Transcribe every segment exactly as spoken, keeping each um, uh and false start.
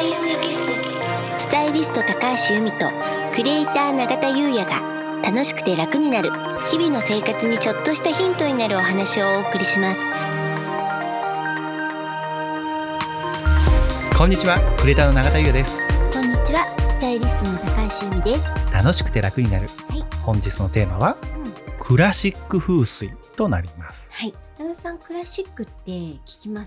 開運エキスポ、スタイリスト高橋由美とクリエイター永田優也が楽しくて楽になる日々の生活にちょっとしたヒントになるお話をお送りします。 こんにちは、クリエイターの永田優也です。 こんにちは、スタイリストの高橋由美です。 楽しくて楽になる、 はい、 本日のテーマは、うん、クラシック風水となります。 はい、永田さん、クラシックって聞きます？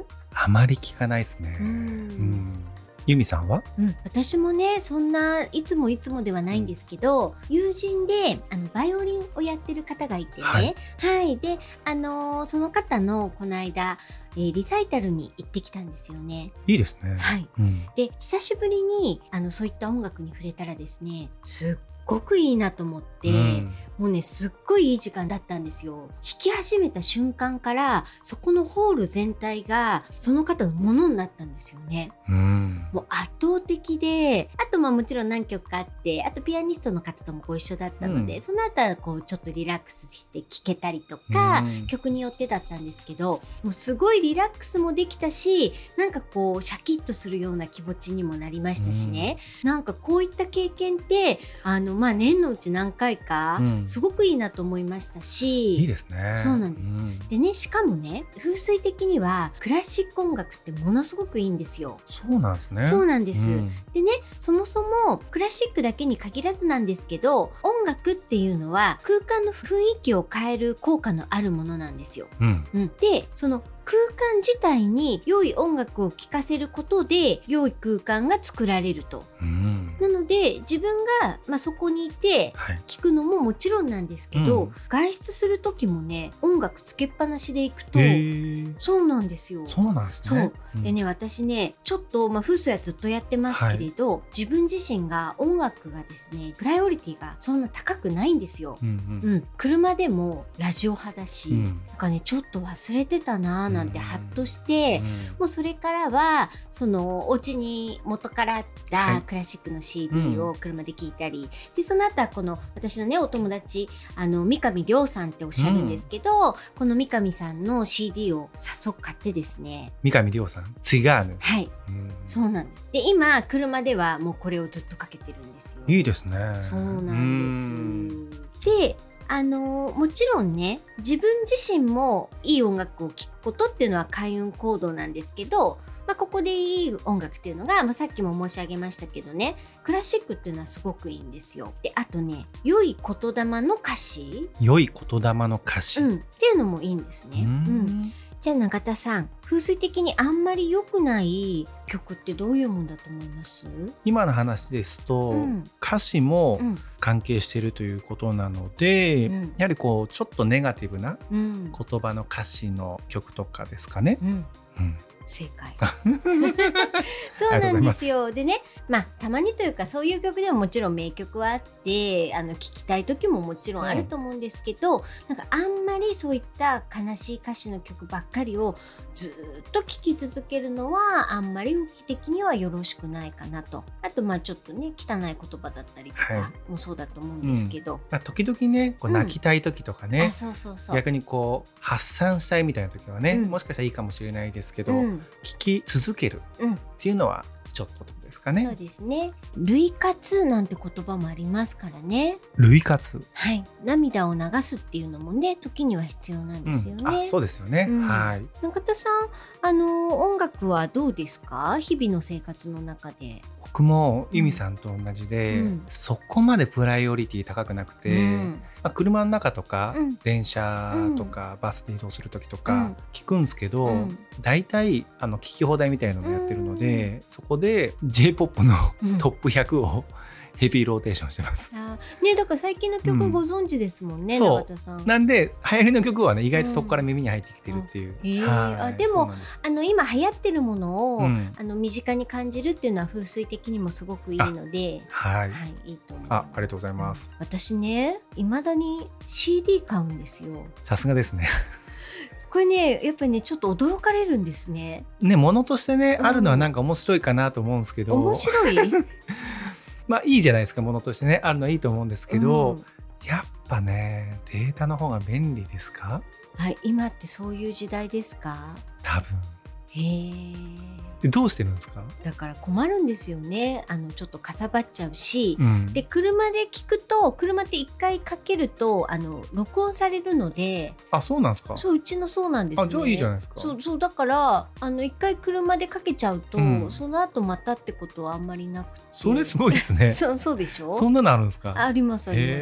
あまり聞かないですね。うんうん由美さんは？ うん、私もねそんないつもいつもではないんですけど、うん、友人であのバイオリンをやってる方がいてね、はい、はい、で、あのー、その方のこの間、えー、リサイタルに行ってきたんですよね。 いいですね。 はい、うん、で久しぶりにあのそういった音楽に触れたらですね、すっごくいいなと思って、うん、もうねすっごいいい時間だったんですよ。弾き始めた瞬間からそこのホール全体がその方のものになったんですよね。うん、もう圧倒的で、あとまあもちろん何曲かあって、あとピアニストの方ともご一緒だったので、うん、その後はこうちょっとリラックスして聴けたりとか、うん、曲によってだったんですけど、もうすごいリラックスもできたし、なんかこうシャキッとするような気持ちにもなりましたしね、うん、なんかこういった経験ってあのまあ年のうち何回かすごくいいなと思いましたし、 うん、いいですね。 そうなんです、うん、でね、しかもね風水的にはクラシック音楽ってものすごくいいんですよ。 そうなんですね。 そうなんです、うん、でね、そもそもクラシックだけに限らずなんですけど、音楽っていうのは空間の雰囲気を変える効果のあるものなんですよ、うんうん、でその空間自体に良い音楽を聴かせることで良い空間が作られると、うん、なので自分が、まあ、そこにいて聴くのももちろんなんですけど、うん、外出する時もね音楽つけっぱなしで行くと、そうなんですよ。 そうなんですね。 そう、でね、私ねちょっと、まあ、風水はずっとやってますけれど、はい、自分自身が音楽がですねプライオリティがそんな高くないんですよ、うんうんうん、車でもラジオ派だし、うん、なんかねちょっと忘れてたなーなんてハッとして、うんうん、もうそれからはそのお家に元からあったクラシックの シーディー を車で聴いたり、はい、でその後はこの私のねお友達あの三上亮さんっておっしゃるんですけど、うん、この三上さんの シーディー を早速買ってですね。 三上亮さんツイガーヌ、 はい、うん、そうなんです。で今車ではもうこれをずっとかけてるんですよ。 いいですね。 そうなんです。であのもちろんね自分自身もいい音楽を聴くことっていうのは開運行動なんですけど、まあ、ここでいい音楽っていうのが、まあ、さっきも申し上げましたけどね、クラシックっていうのはすごくいいんですよ。であとね良い言霊の歌詞良い言霊の歌詞、 うん、っていうのもいいんですね。うん、じゃあ永田さん、風水的にあんまり良くない曲ってどういうもんだと思います？ 今の話ですと、うん、歌詞も関係しているということなので、うん、やはりこうちょっとネガティブな言葉の歌詞の曲とかですかね、うんうん、 正解そうなんですよ。でね、まあたまにというかそういう曲でももちろん名曲はあってあの聴きたい時ももちろんあると思うんですけど、うん、なんかあんまりそういった悲しい歌詞の曲ばっかりをずっと聴き続けるのはあんまり運気的にはよろしくないかなと。あとまあちょっとね汚い言葉だったりとかもそうだと思うんですけど、はいうんまあ、時々ねこう泣きたい時とかね、 うん、そうそうそう逆にこう発散したいみたいな時はね、うん、もしかしたらいいかもしれないですけど、うん聴き続けるっていうのはちょっとどうですかね、うん、 そうですね。涙活なんて言葉もありますからね。 涙活、 はい、涙を流すっていうのもね時には必要なんですよね、うん、 あそうですよね、うん、はい中田さんあの音楽はどうですか？日々の生活の中で。 僕も由美さんと同じで、うん、そこまでプライオリティ高くなくて、うんまあ、車の中とか、うん、電車とか、うん、バスで移動する時とか聞くんですけど、うん、だいたいあの聞き放題みたいなのをやってるので、うん、そこで J-ポップ のトップひゃくをヘビーローテーションしてます。 あ、ね、だから最近の曲ご存知ですもんね、うん、永田さん。 なんで流行りの曲はね意外とそこから耳に入ってきてるっていう、うんうんはい、あでもあの今流行ってるものを、うん、あの身近に感じるっていうのは風水的にもすごくいいので、 はい、 はい、いいと思います。 あ、ありがとうございます。 私ね未だに シーディー 買うんですよ。 さすがですねこれねやっぱりねちょっと驚かれるんですね。 ね、ものとしてね、うん、あるのはなんか面白いかなと思うんですけど、 面白いまあいいじゃないですか、ものとしてねあるのはいいと思うんですけど、うん、やっぱねデータの方が便利ですか？ はい、今ってそういう時代ですか？ 多分へー。 でどうしてるんですか？ だから困るんですよね。あのちょっとかさばっちゃうし、 うん、 で車で聞くと車って一回かけるとあの録音されるので。 あ、そうなんですか？ そう、うちのそうなんですね。 あ、じゃあいいじゃないですか。 そうそう、だからあの一回車でかけちゃうと、うん、その後またってことはあんまりなくて。 それすごいですね。 そうそうでしょ。 そんなのあるんですか？ ありますあります。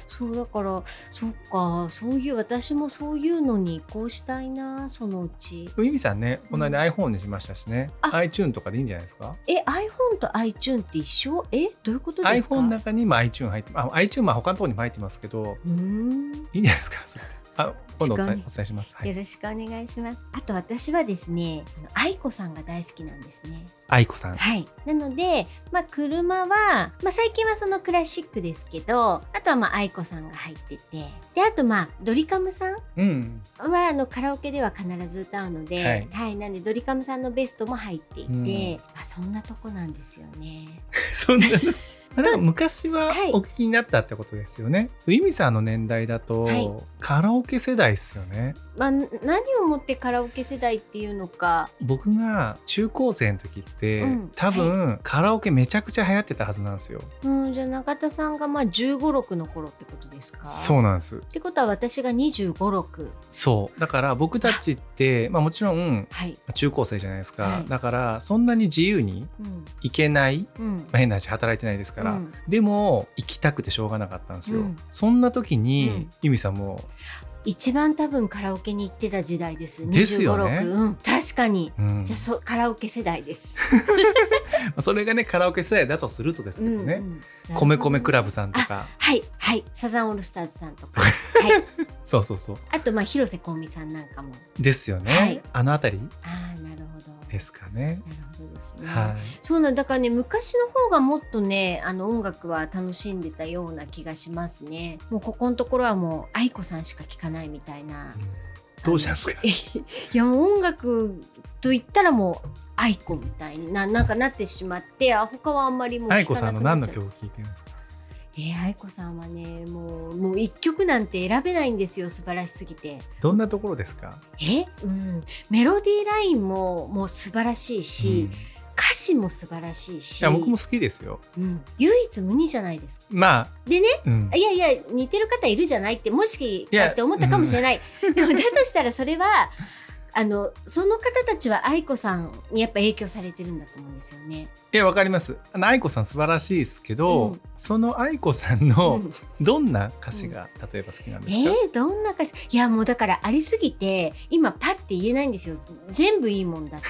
そうだからそっか、そういう私もそういうのに移行したいな、そのうち。 ゆみさんね、この間 iPhone にしましたしね、うん、iTune とかでいいんじゃないですか？え、 iPhone と iTune って一緒？え、どういうことですか？ iPhone の中にも iTune 入って、あ、iTune は他のところにも入ってますけど、 うーん、 いいんじゃないですか？あ、今度お伝え、お伝えします、 はい、よろしくお願いします。あと私はですね、愛子さんが大好きなんですね。 愛子さん。 はい。なので、まあ、車は、まあ、最近はそのクラシックですけど、あとはまあ愛子さんが入ってて、であとまあドリカムさんは、うん、あのカラオケでは必ず歌うので、はい、はい、なんでドリカムさんのベストも入っていて、うん、まあ、そんなとこなんですよね。 そんななんか昔はお聞きになったってことですよね。ゆみさんの年代だと、はい、カラオケ世代ですよね。 まあ、何をもってカラオケ世代っていうのか。 僕が中高生の時って、うん、多分、はい、カラオケめちゃくちゃ流行ってたはずなんですよ。 うん、じゃあ中田さんがまあじゅうご、ろくの頃ってことですか？ そうなんです。 ってことは私がにじゅうご、ろく。 そうだから僕たちってまあもちろん、はい、中高生じゃないですか、はい、だからそんなに自由に行けない、うん、まあ、変な話働いてないですから、うん、でも行きたくてしょうがなかったんですよ、うん、そんな時に、うん、ゆみさんも一番多分カラオケに行ってた時代です。 ですよね。 にじゅうご、ろく、うん、確かに、うん、じゃあそカラオケ世代ですそれがねカラオケ世代だとするとですけどね、うんうん、米米クラブさんとか、 はいはいサザンオールスターズさんとかはいそうそうそう、 あとまあ広瀬香美さんなんかもですよね、はい、あのあたりあーなるほどですかね。 なるほどですね、 はい、 そうなんだからね昔の方がもっとねあの音楽は楽しんでたような気がしますね。もうここのところはもう愛子さんしか聴かないみたいな、うん、 どうしたんですか？ いやもう音楽と言ったらもう愛子みたいななんかなってしまって、あ他はあんまりもう聴かなくなっちゃう。愛子さんの何の曲を聴いてるんですか？えー、愛子さんはねもうもう一曲なんて選べないんですよ、素晴らしすぎて。 どんなところですか？ え、うん、メロディーラインももう素晴らしいし、うん、歌詞も素晴らしいし。 いや僕も好きですよ、 うん、唯一無二じゃないですか。 まあでね、 うん、 いやいや似てる方いるじゃないってもしかして思ったかもしれない、うん、でもだとしたらそれはあのその方たちは愛子さんにやっぱ影響されてるんだと思うんですよね。 いやわかります。あの愛子さん素晴らしいですけど、うん、その愛子さんのどんな歌詞が、うん、例えば好きなんですか？ えー、どんな歌詞？いやもうだからありすぎて今パッて言えないんですよ。全部いいもんだって、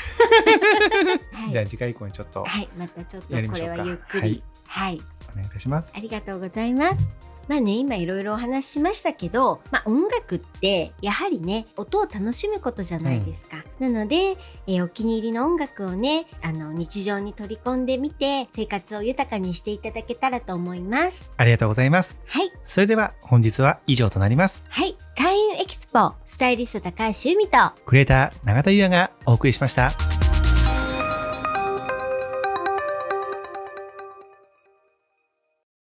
はい、 じゃあ次回以降にちょっとはいまたちょっとこれはゆっくりはい、はい、 お願いいたします。 ありがとうございます。まあね今いろいろお話ししましたけど、まあ、音楽ってやはりね音を楽しむことじゃないですか、うん、なので、えー、お気に入りの音楽をねあの日常に取り込んでみて生活を豊かにしていただけたらと思います。 ありがとうございます。 はい、 それでは本日は以上となります。 はい、開運エキスポスタイリスト高橋由美とクリエイター永田優也がお送りしました。